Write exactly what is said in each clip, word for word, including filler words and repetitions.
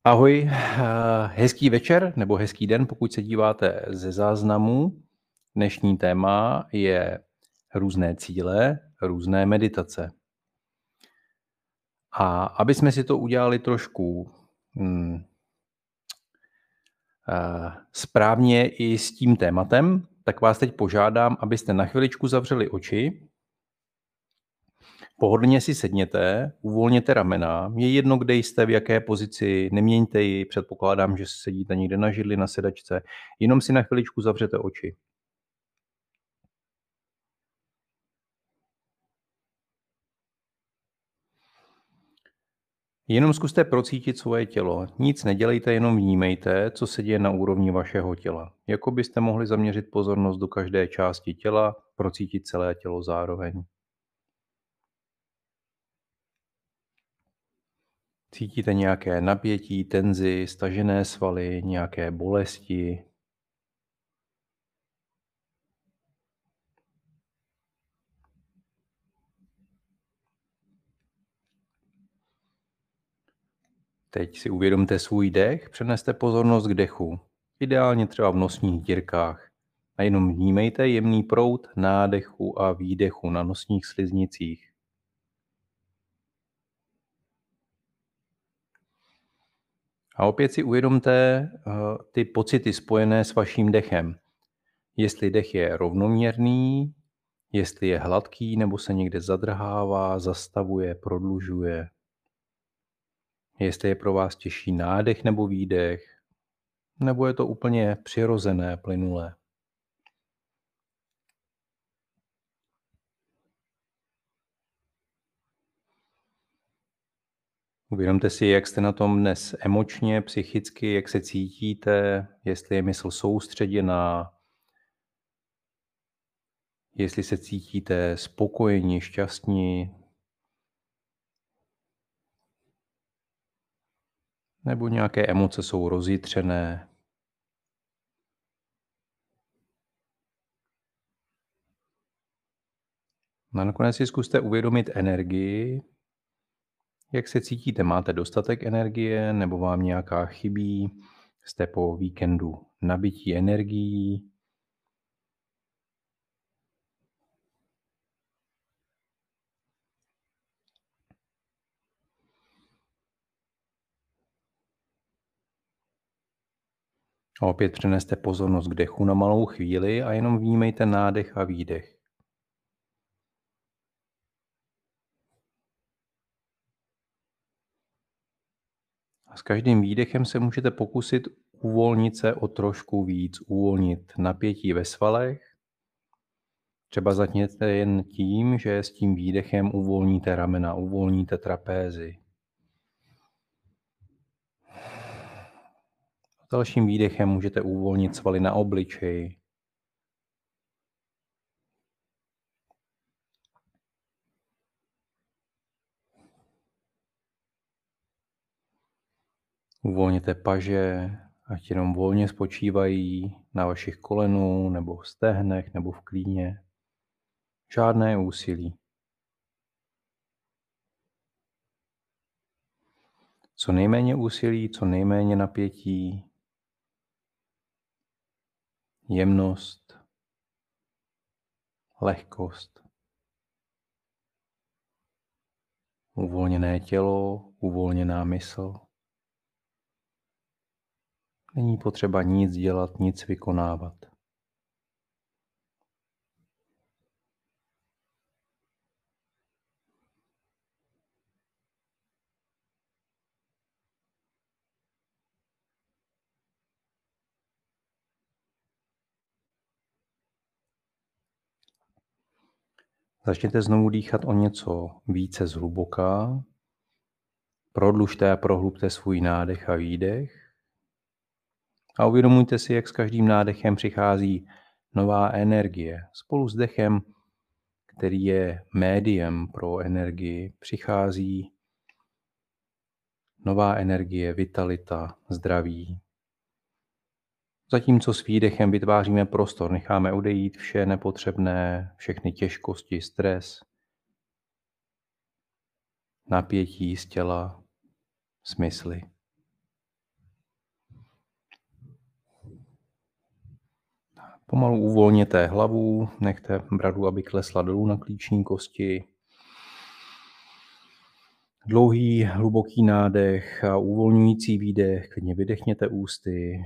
Ahoj, eh, hezký večer nebo hezký den, pokud se díváte ze záznamu. Dnešní téma je různé cíle, různé meditace. A aby jsme si to udělali trošku hmm, eh, správně i s tím tématem, tak vás teď požádám, abyste na chviličku zavřeli oči. Pohodlně si sedněte, uvolněte ramena. Je jedno, kde jste, v jaké pozici, neměňte ji, předpokládám, že sedíte někde na židli, na sedačce. Jenom si na chviličku zavřete oči. Jenom zkuste procítit svoje tělo. Nic nedělejte, jenom vnímejte, co se děje na úrovni vašeho těla. Jako byste mohli zaměřit pozornost do každé části těla, procítit celé tělo zároveň. Cítíte nějaké napětí, tenzi, stažené svaly, nějaké bolesti? Teď si uvědomte svůj dech, přeneste pozornost k dechu, ideálně třeba v nosních dírkách. A jenom vnímejte jemný proud nádechu a výdechu na nosních sliznicích. A opět si uvědomte uh, ty pocity spojené s vaším dechem. Jestli dech je rovnoměrný, jestli je hladký nebo se někde zadrhává, zastavuje, prodlužuje. Jestli je pro vás těžší nádech nebo výdech, nebo je to úplně přirozené, plynulé. Uvědomte si, jak jste na tom dnes emočně, psychicky, jak se cítíte, jestli je mysl soustředěná, jestli se cítíte spokojeni, šťastní, nebo nějaké emoce jsou rozjitřené. A nakonec si zkuste uvědomit energii, jak se cítíte. Máte dostatek energie nebo vám nějaká chybí? Jste po víkendu nabití energií? A opět přeneste pozornost k dechu na malou chvíli a jenom vnímejte nádech a výdech. A s každým výdechem se můžete pokusit uvolnit se o trošku víc, uvolnit napětí ve svalech. Třeba začněte jen tím, že s tím výdechem uvolníte ramena, uvolníte trapézy. A dalším výdechem můžete uvolnit svaly na obličeji. Uvolněte paže, ať jenom volně spočívají na vašich kolenů, nebo v stehnech, nebo v klíně. Žádné úsilí. Co nejméně úsilí, co nejméně napětí, jemnost, lehkost. Uvolněné tělo, uvolněná mysl. Není potřeba nic dělat, nic vykonávat. Začněte znovu dýchat o něco více zhluboka. Prodlužte a prohlubte svůj nádech a výdech. A uvědomujte si, jak s každým nádechem přichází nová energie. Spolu s dechem, který je médiem pro energii, přichází nová energie, vitalita, zdraví. Zatímco s výdechem vytváříme prostor, necháme odejít vše nepotřebné, všechny těžkosti, stres, napětí z těla, smysly. Pomalu uvolněte hlavu, nechte bradu, aby klesla dolů na klíční kosti. Dlouhý, hluboký nádech a uvolňující výdech, klidně vydechněte ústy.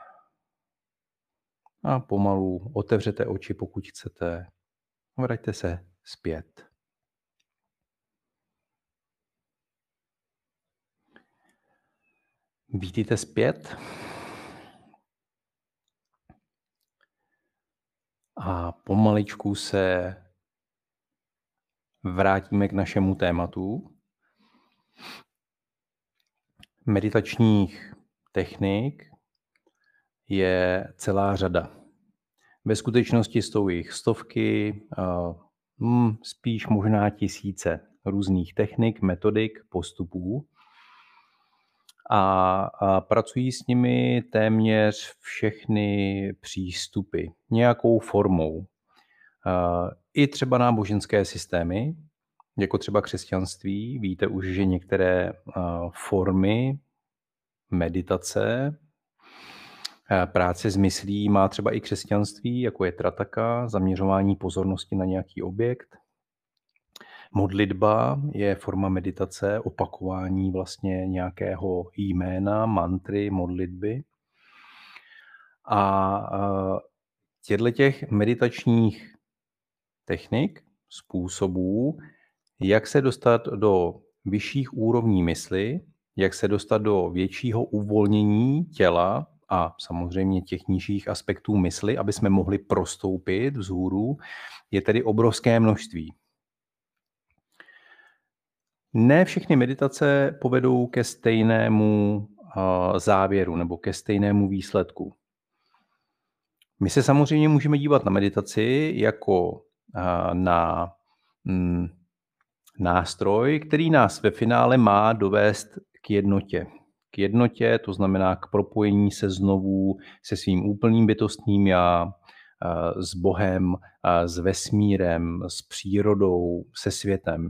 A pomalu otevřete oči, pokud chcete. Vraťte se zpět. Vítejte zpět. A pomaličku se vrátíme k našemu tématu. Meditačních technik je celá řada. Ve skutečnosti jsou jich stovky, hmm, spíš možná tisíce různých technik, metodik, postupů. A, a pracují s nimi téměř všechny přístupy nějakou formou. I třeba náboženské systémy, jako třeba křesťanství. Víte už, že některé formy meditace, práce s myslí má třeba i křesťanství, jako je trataka, zaměřování pozornosti na nějaký objekt. Modlitba je forma meditace, opakování vlastně nějakého jména, mantry, modlitby. A těchto těch meditačních technik, způsobů, jak se dostat do vyšších úrovní mysli, jak se dostat do většího uvolnění těla a samozřejmě těch nižších aspektů mysli, aby jsme mohli prostoupit vzhůru, je tedy obrovské množství. Ne všechny meditace povedou ke stejnému závěru nebo ke stejnému výsledku. My se samozřejmě můžeme dívat na meditaci jako na mm, nástroj, který nás ve finále má dovést k jednotě. K jednotě, to znamená k propojení se znovu se svým úplným bytostným já, s Bohem, s vesmírem, s přírodou, se světem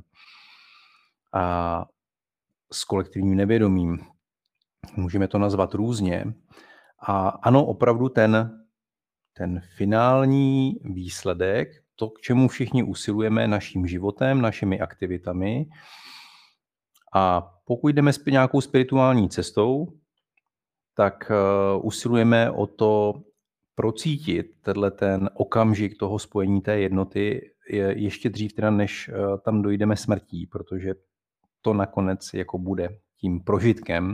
a s kolektivním nevědomím. Můžeme to nazvat různě. A ano, opravdu ten, ten finální výsledek, to, k čemu všichni usilujeme naším životem, našimi aktivitami. A pokud jdeme nějakou spirituální cestou, tak usilujeme o to procítit tenhle ten okamžik toho spojení té jednoty ještě dřív, teda než tam dojdeme smrtí, protože to nakonec jako bude tím prožitkem.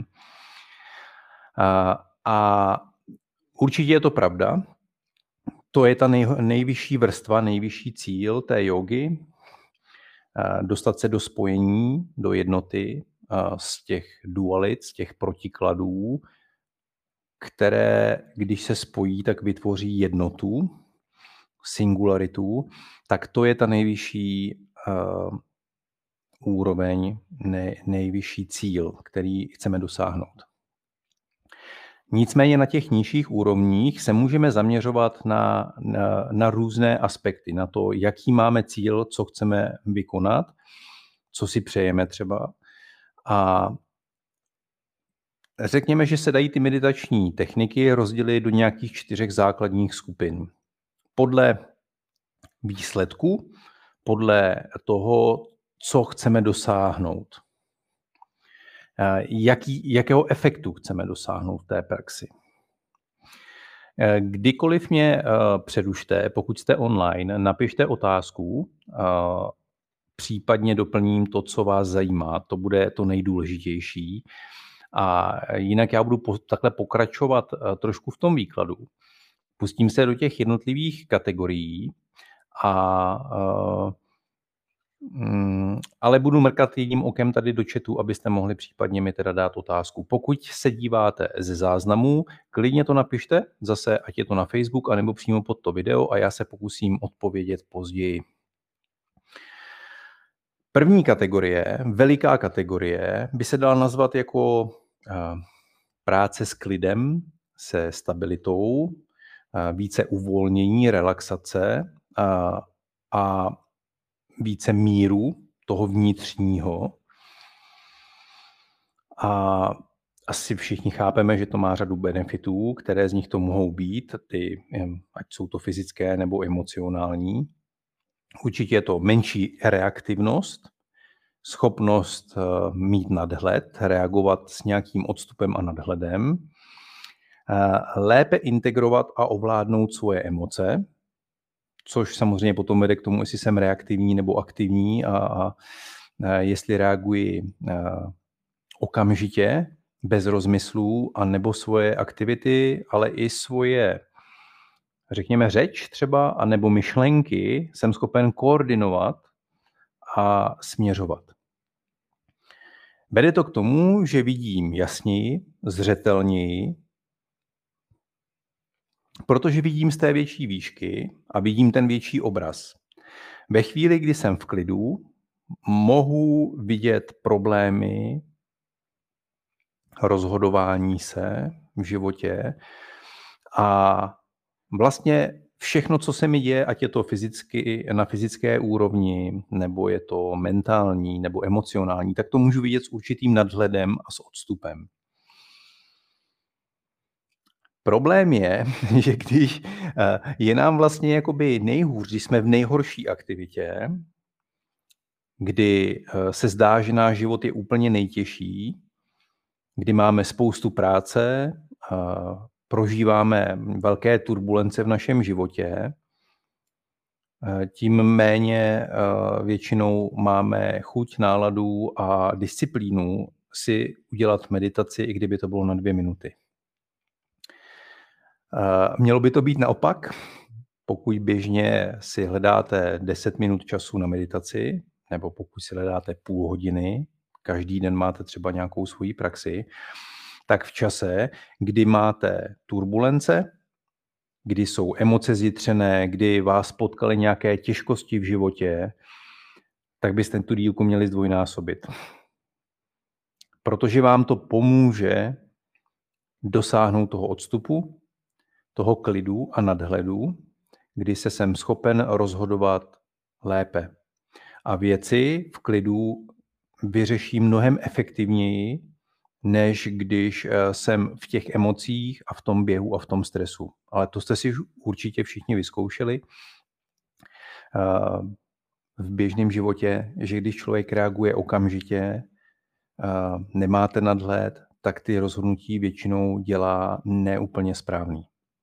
A, a určitě je to pravda. To je ta nej, nejvyšší vrstva, nejvyšší cíl té jógy. Dostat se do spojení, do jednoty z těch dualit, z těch protikladů, které, když se spojí, tak vytvoří jednotu, singularitu, tak to je ta nejvyšší uh, úroveň, ne, nejvyšší cíl, který chceme dosáhnout. Nicméně na těch nižších úrovních se můžeme zaměřovat na, na, na různé aspekty, na to, jaký máme cíl, co chceme vykonat, co si přejeme třeba. A řekněme, že se dají ty meditační techniky rozdělit do nějakých čtyřech základních skupin. Podle výsledku, podle toho, co chceme dosáhnout. Jaký, jakého efektu chceme dosáhnout v té praxi. Kdykoliv mě přerušte, pokud jste online, napište otázku, případně doplním to, co vás zajímá, to bude to nejdůležitější. A jinak já budu takhle pokračovat trošku v tom výkladu. Pustím se do těch jednotlivých kategorií, a, mm, ale budu mrkat jedním okem tady do chatu, abyste mohli případně mi teda dát otázku. Pokud se díváte ze záznamu, klidně to napište, zase ať je to na Facebook, anebo přímo pod to video a já se pokusím odpovědět později. První kategorie, veliká kategorie, by se dala nazvat jako uh, práce s klidem, se stabilitou, uh, více uvolnění, relaxace uh, a více míru toho vnitřního. A Asi všichni chápeme, že to má řadu benefitů, které z nich to mohou být, ty, ať jsou to fyzické nebo emocionální. Určitě je to menší reaktivnost, schopnost mít nadhled, reagovat s nějakým odstupem a nadhledem, lépe integrovat a ovládnout svoje emoce, což samozřejmě potom vede k tomu, jestli jsem reaktivní nebo aktivní a, a jestli reaguji okamžitě, bez rozmyslů, a nebo svoje aktivity, ale i svoje, řekněme, řeč třeba, anebo myšlenky jsem schopen koordinovat a směřovat. Vede to k tomu, že vidím jasněji, zřetelněji, protože vidím z té větší výšky a vidím ten větší obraz. Ve chvíli, kdy jsem v klidu, mohu vidět problémy rozhodování se v životě a vlastně všechno, co se mi děje, ať je to fyzicky, na fyzické úrovni, nebo je to mentální, nebo emocionální, tak to můžu vidět s určitým nadhledem a s odstupem. Problém je, že když je nám vlastně jakoby nejhůř, když jsme v nejhorší aktivitě, kdy se zdá, že náš život je úplně nejtěžší, kdy máme spoustu práce, prožíváme velké turbulence v našem životě, tím méně většinou máme chuť, náladu a disciplínu si udělat meditaci, i kdyby to bylo na dvě minuty. Mělo by to být naopak, pokud běžně si hledáte deset minut času na meditaci, nebo pokud si hledáte půl hodiny, každý den máte třeba nějakou svoji praxi, tak v čase, kdy máte turbulence, kdy jsou emoce zjitřené, kdy vás potkaly nějaké těžkosti v životě, tak byste tu dílku měli zdvojnásobit. Protože vám to pomůže dosáhnout toho odstupu, toho klidu a nadhledu, kdy se jsem schopen rozhodovat lépe. A věci v klidu vyřeším mnohem efektivněji, než když jsem v těch emocích a v tom běhu a v tom stresu. Ale to jste si určitě všichni vyzkoušeli v běžném životě, že když člověk reaguje okamžitě, nemáte nadhled, tak ty rozhodnutí většinou dělá neúplně správný.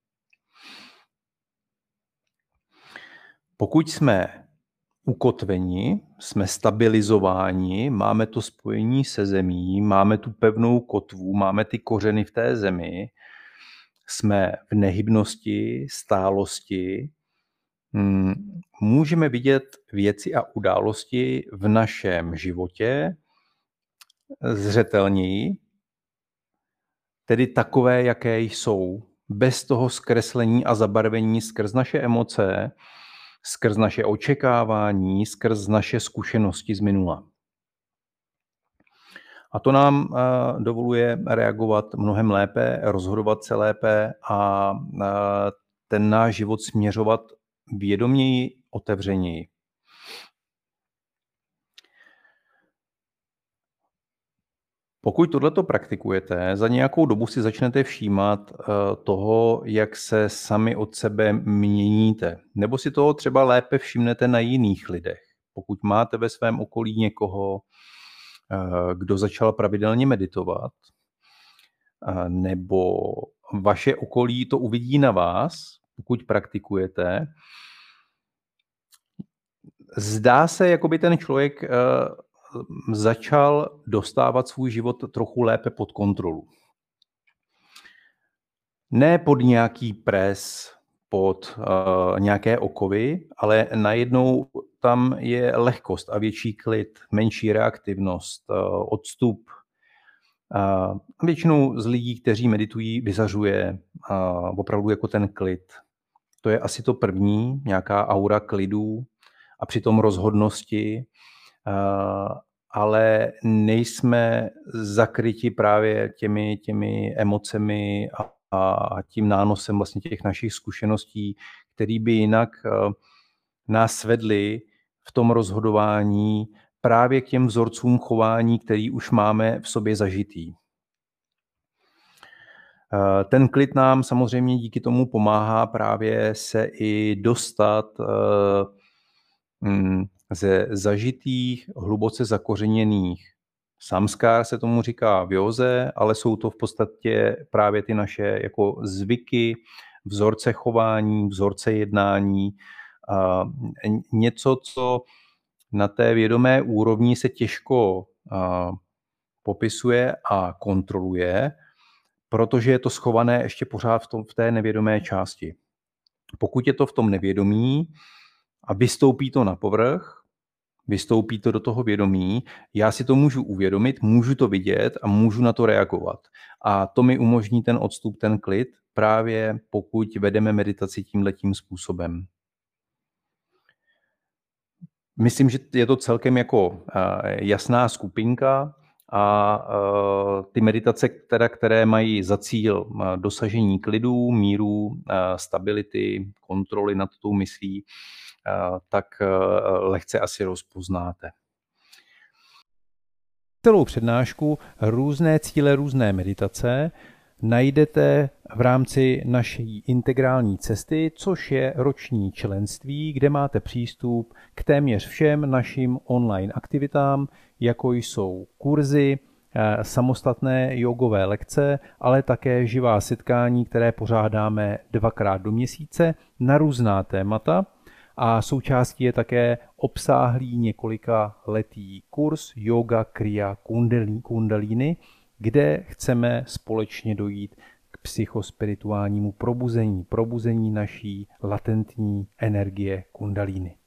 Pokud jsme ukotveni, jsme stabilizováni, máme to spojení se zemí, máme tu pevnou kotvu, máme ty kořeny v té zemi, jsme v nehybnosti, stálosti, můžeme vidět věci a události v našem životě zřetelněji, tedy takové, jaké jsou, bez toho zkreslení a zabarvení skrz naše emoce, skrz naše očekávání, skrz naše zkušenosti z minula. A to nám uh, dovoluje reagovat mnohem lépe, rozhodovat se lépe a uh, ten náš život směřovat vědoměji, otevřeněji. Pokud tohleto praktikujete, za nějakou dobu si začnete všímat uh, toho, jak se sami od sebe měníte. Nebo si toho třeba lépe všimnete na jiných lidech. Pokud máte ve svém okolí někoho, uh, kdo začal pravidelně meditovat, uh, nebo vaše okolí to uvidí na vás, pokud praktikujete, zdá se, jako by ten člověk uh, začal dostávat svůj život trochu lépe pod kontrolu. Ne pod nějaký pres, pod uh, nějaké okovy, ale najednou tam je lehkost a větší klid, menší reaktivnost, uh, odstup. Uh, většinou z lidí, kteří meditují, vyzařuje uh, opravdu jako ten klid. To je asi to první, nějaká aura klidu a přitom rozhodnosti, uh, ale nejsme zakryti právě těmi, těmi emocemi a, a tím nánosem vlastně těch našich zkušeností, který by jinak uh, nás vedly v tom rozhodování právě k těm vzorcům chování, který už máme v sobě zažitý. Ten klid nám samozřejmě díky tomu pomáhá právě se i dostat ze zažitých, hluboce zakořeněných samskár se tomu říká v józe, ale jsou to v podstatě právě ty naše jako zvyky, vzorce chování, vzorce jednání, něco, co na té vědomé úrovni se těžko popisuje a kontroluje, protože je to schované ještě pořád v, tom, v té nevědomé části. Pokud je to v tom nevědomí a vystoupí to na povrch, vystoupí to do toho vědomí, já si to můžu uvědomit, můžu to vidět a můžu na to reagovat. A to mi umožní ten odstup, ten klid, právě pokud vedeme meditaci tímhletím způsobem. Myslím, že je to celkem jako jasná skupinka a ty meditace, které, které mají za cíl dosažení klidu, míru, stability, kontroly nad tou myslí, tak lehce asi rozpoznáte. Celou přednášku různé cíle, různé meditace najdete v rámci naší integrální cesty, což je roční členství, kde máte přístup k téměř všem našim online aktivitám, jako jsou kurzy, samostatné jogové lekce, ale také živá setkání, které pořádáme dvakrát do měsíce na různá témata. A součástí je také obsáhlý několika letý kurz Yoga Kriya Kundalini, kde chceme společně dojít k psychospirituálnímu probuzení, probuzení naší latentní energie Kundalini.